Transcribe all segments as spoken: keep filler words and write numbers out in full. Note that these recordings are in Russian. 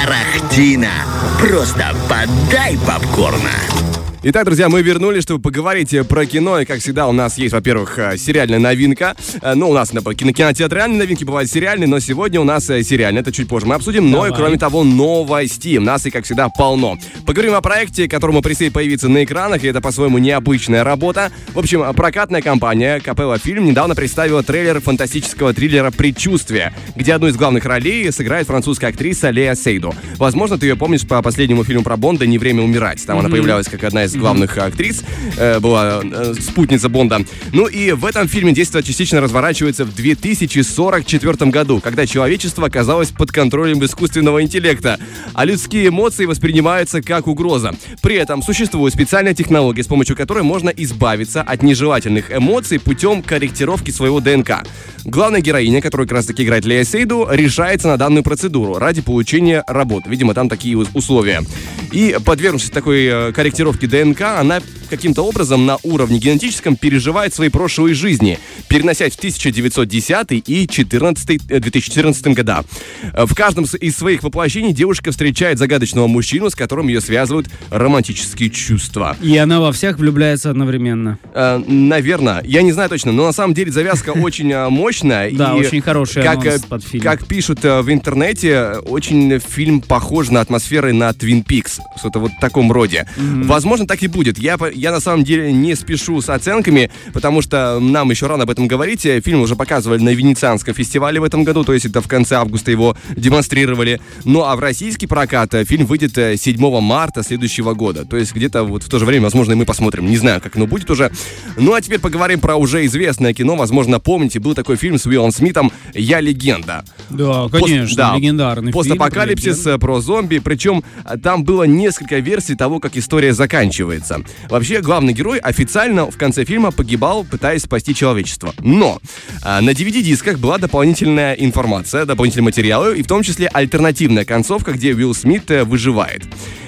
Тарахтина. Просто подай попкорна. Итак, друзья, мы вернулись, чтобы поговорить про кино. И, как всегда, у нас есть, во-первых, сериальная новинка. Ну, у нас на кинотеатральные новинки бывают сериальные, но сегодня у нас сериальная. Это чуть позже мы обсудим. Но и, кроме того, новости. У нас и, как всегда, полно. Поговорим о проекте, которому предстоит появиться на экранах. И это, по-своему, необычная работа. В общем, прокатная компания Капелла Фильм недавно представила трейлер фантастического триллера «Предчувствие», где одну из главных ролей сыграет французская актриса Леа Сейдо. Возможно, ты ее помнишь по последнему фильму про Бонда «Не время умирать». Там mm-hmm. она появлялась как одна из главных mm-hmm. актрис, э, была э, спутница Бонда. Ну и в этом фильме действие частично разворачивается в две тысячи сорок четвёртом году, когда человечество оказалось под контролем искусственного интеллекта, а людские эмоции воспринимаются как угроза. При этом существует специальная технология, с помощью которой можно избавиться от нежелательных эмоций путем корректировки своего ДНК. Главная героиня, которую как раз таки играет Леа Сейдо, решается на данную процедуру ради получения работы. Видимо, там такие условия. И, подвергнувшись такой э, корректировке ДНК, она каким-то образом на уровне генетическом переживает свои прошлые жизни, переносясь в тысяча девятьсот десятый и две тысячи четырнадцатый года. В каждом из своих воплощений девушка встречает загадочного мужчину, с которым ее связывают романтические чувства. И она во всех влюбляется одновременно. Э, наверное. Я не знаю точно, но на самом деле завязка очень мощная. Да, очень хороший анонс под фильм. Как пишут в интернете, очень фильм похож на атмосферы на Twin Peaks. Что-то вот в таком роде. Mm-hmm. Возможно, так и будет. Я, я на самом деле не спешу с оценками, потому что нам еще рано об этом говорить. Фильм уже показывали на Венецианском фестивале в этом году, то есть это в конце августа его демонстрировали. Ну а в российский прокат фильм выйдет седьмого марта следующего года. То есть где-то вот в то же время, возможно, и мы посмотрим. Не знаю, как оно будет уже. Ну а теперь поговорим про уже известное кино. Возможно, помните, был такой фильм с Уиллом Смитом «Я легенда». Да, конечно, Пост, да, легендарный фильм. Постапокалипсис про, про зомби. Причем там было несколько версий того, как история заканчивается. Вообще, главный герой официально в конце фильма погибал, пытаясь спасти человечество. Но а, на ди ви ди-дисках была дополнительная информация, дополнительные материалы, и в том числе альтернативная концовка, где Уилл Смит выживает.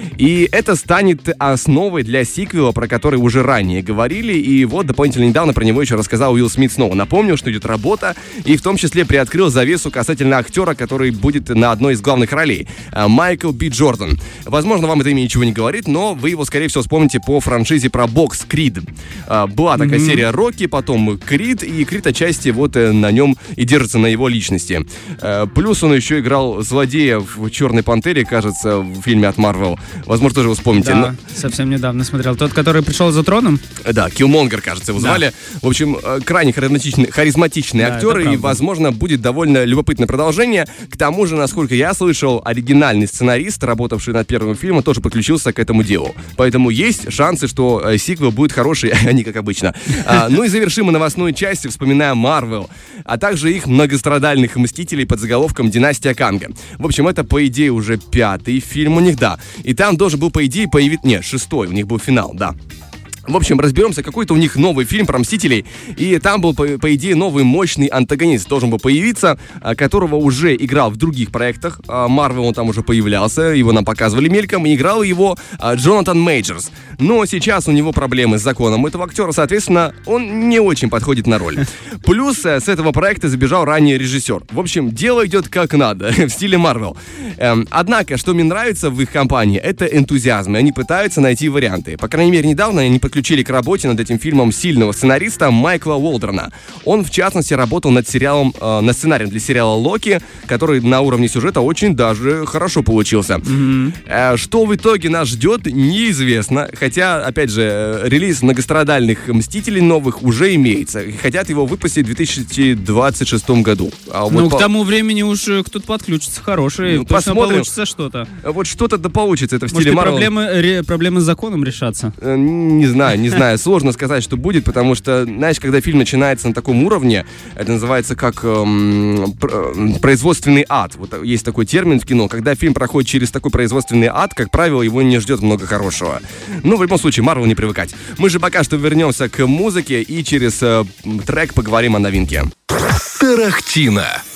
И это станет основой для сиквела, про который уже ранее говорили. И вот дополнительно недавно про него еще рассказал Уилл Смит снова. Напомнил, что идет работа, и в том числе приоткрыл завесу касательно актера, который будет на одной из главных ролей. Майкл Би Джордан. Возможно, вам это имя ничего не говорит, но вы его, скорее всего, вспомните по франшизе про бокс Крид. Была такая mm-hmm. серия Рокки, потом Крид, и Крид отчасти вот на нем и держится на его личности. Плюс он еще играл злодея в «Черной пантере», кажется, в фильме от Марвел. Возможно, тоже вы вспомните. Да, но... совсем недавно смотрел. Тот, который пришел за троном? Да, Киллмонгер, кажется, его да. звали. В общем, крайне харизматичный, харизматичный да, актер, и, возможно, будет довольно любопытное продолжение. К тому же, насколько я слышал, оригинальный сценарист, работавший над первым фильмом, тоже подключился к этому делу. Поэтому есть шансы, что сиквел будет хороший, а не как обычно. А, ну и завершим мы новостную часть, вспоминая Марвел, а также их многострадальных мстителей под заголовком «Династия Канга». В общем, это, по идее, уже пятый фильм у них, да. И там должен был, по идее, появиться... Нет, шестой, у них был финал, да. В общем, разберемся, какой-то у них новый фильм про Мстителей, и там был, по, по идее, новый мощный антагонист должен был появиться, которого уже играл в других проектах. Марвел он там уже появлялся, его нам показывали мельком, и играл его Джонатан Мейджерс. Но сейчас у него проблемы с законом этого актера, соответственно, он не очень подходит на роль. Плюс с этого проекта забежал ранее режиссер. В общем, дело идет как надо, в стиле Марвел. Эм, однако, что мне нравится в их компании, это энтузиазм, и они пытаются найти варианты. По крайней мере, недавно они подключили к работе над этим фильмом сильного сценариста Майкла Уолдерна. Он, в частности, работал над сериалом, э, над сценарием для сериала «Локи», который на уровне сюжета очень даже хорошо получился. Mm-hmm. Э, что в итоге нас ждет, неизвестно. Хотя, опять же, релиз многострадальных «Мстителей» новых уже имеется. Хотят его выпустить в две тысячи двадцать шестом году. А ну, вот к по... тому времени уж кто-то подключится хороший. Ну, точно посмотрим. Получится что-то. Вот что-то да получится. Это в Может, стиле Марвел. Проблемы, ре, проблемы с законом решатся? Э, не знаю, не знаю. Сложно сказать, что будет, потому что, знаешь, когда фильм начинается на таком уровне, это называется как эм, производственный ад. Вот есть такой термин в кино. Когда фильм проходит через такой производственный ад, как правило, его не ждет много хорошего. Ну, в любом случае, Марвел не привыкать. Мы же пока что вернемся к музыке и через э, трек поговорим о новинке. Тарахтина.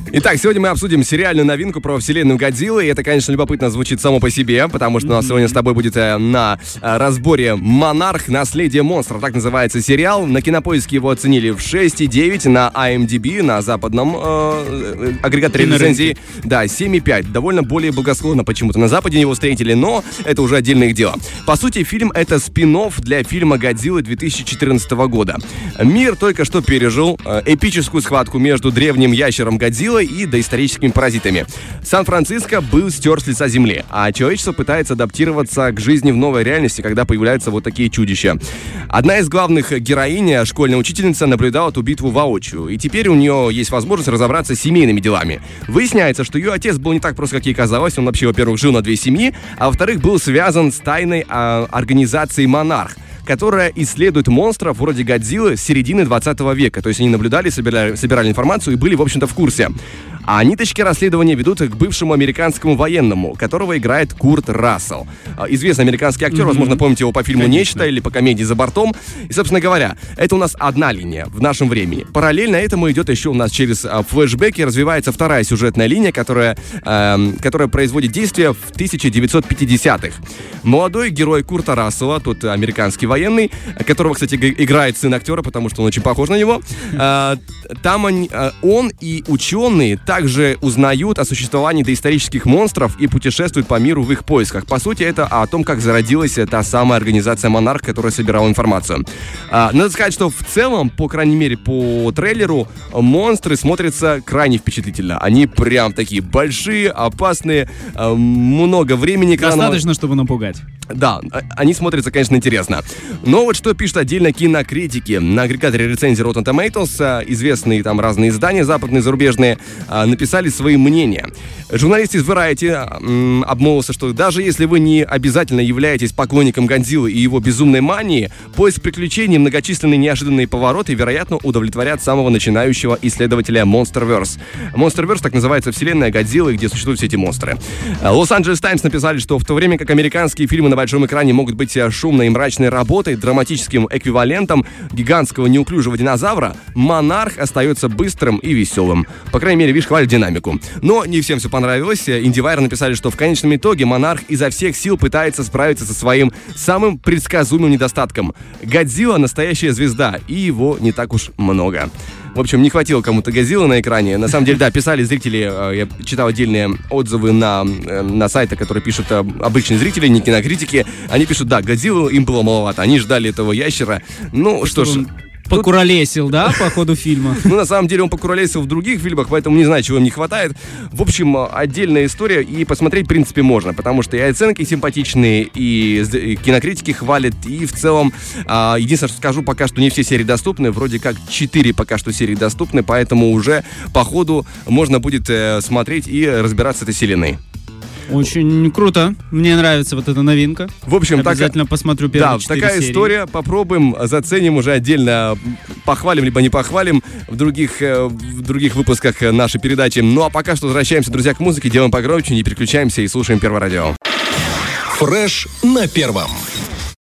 Итак, сегодня мы обсудим сериальную новинку про вселенную Годзиллы. И это, конечно, любопытно звучит само по себе, потому что у нас сегодня с тобой будет на разборе «Монарх. Наследие монстров». Так называется сериал. На Кинопоиске его оценили в шесть и девять, на ай эм ди би, на западном э, агрегаторе рецензий, да, семь и пять. Довольно более благосклонно почему-то на Западе его встретили, но это уже отдельное дело. По сути, фильм — это спин-офф для фильма «Годзилла» две тысячи четырнадцатого года. Мир только что пережил э, эпическую схватку между древним ящером Годзиллой и доисторическими паразитами. Сан-Франциско был стер с лица земли, а человечество пытается адаптироваться к жизни в новой реальности, когда появляются вот такие чудища. Одна из главных героинь, школьная учительница, наблюдала эту битву воочию, и теперь у нее есть возможность разобраться с семейными делами. Выясняется, что ее отец был не так прост, как ей казалось. Он вообще, во-первых, жил на две семьи, а во-вторых, был связан с тайной а, организацией «Монарх», которая исследует монстров вроде Годзиллы с середины двадцатого века. То есть они наблюдали, собирали, собирали информацию и были, в общем-то, в курсе. А ниточки расследования ведут к бывшему американскому военному, которого играет Курт Рассел. Известный американский актер, mm-hmm. возможно, помните его по фильму Конечно. «Нечто» или по комедии «За бортом». И, собственно говоря, это у нас одна линия в нашем времени. Параллельно этому идет еще у нас через флешбеки, развивается вторая сюжетная линия, которая, э, которая производит действие в тысяча девятьсот пятидесятых. Молодой герой Курта Рассела, тот американский военный, которого, кстати, играет сын актера, потому что он очень похож на него, э, там он, он и ученые также узнают о существовании доисторических монстров и путешествуют по миру в их поисках. По сути, это о том, как зародилась та самая организация «Монарх», которая собирала информацию. А, надо сказать, что в целом, по крайней мере, по трейлеру, монстры смотрятся крайне впечатлительно. Они прям такие большие, опасные, много времени экранного. Достаточно, чтобы напугать. Да, они смотрятся, конечно, интересно. Но вот что пишут отдельно кинокритики. На агрегаторе рецензий Rotten Tomatoes известные там разные издания, западные, зарубежные, написали свои мнения. Журналист из Variety м, обмолвился, что даже если вы не обязательно являетесь поклонником Годзиллы и его безумной мании, поиск приключений, многочисленные неожиданные повороты, вероятно, удовлетворят самого начинающего исследователя Monsterverse. Monsterverse, так называется вселенная Годзиллы, где существуют все эти монстры. Los-Angeles Times написали, что в то время как американские фильмы на большом экране могут быть шумной и мрачной работой, драматическим эквивалентом гигантского неуклюжего динозавра, «Монарх» остается быстрым и веселым. По крайней мере, видишь, хвалят динамику. Но не всем все понравилось. IndieWire написали, что в конечном итоге «Монарх» изо всех сил пытается справиться со своим самым предсказуемым недостатком. Годзилла — настоящая звезда, и его не так уж много. В общем, не хватило кому-то Годзиллы на экране. На самом деле, да, писали зрители, я читал отдельные отзывы на, на сайтах, которые пишут обычные зрители, не кинокритики. Они пишут, да, Годзиллу им было маловато. Они ждали этого ящера. Ну, что ж... Покуролесил, да, по ходу фильма? Ну, на самом деле, он покуролесил в других фильмах, поэтому не знаю, чего им не хватает. В общем, отдельная история, и посмотреть, в принципе, можно, потому что и оценки симпатичные, и кинокритики хвалят, и в целом, единственное, что скажу, пока что не все серии доступны, вроде как четыре пока что серии доступны, поэтому уже по ходу можно будет смотреть и разбираться с этой вселенной. Очень круто. Мне нравится вот эта новинка. В общем, обязательно так, посмотрю первые четыре Да, такая серии. история. Попробуем, заценим уже отдельно, похвалим либо не похвалим в других, в других выпусках нашей передачи. Ну а пока что возвращаемся, друзья, к музыке, делаем погромче, не переключаемся и слушаем Первое радио. Фреш на первом.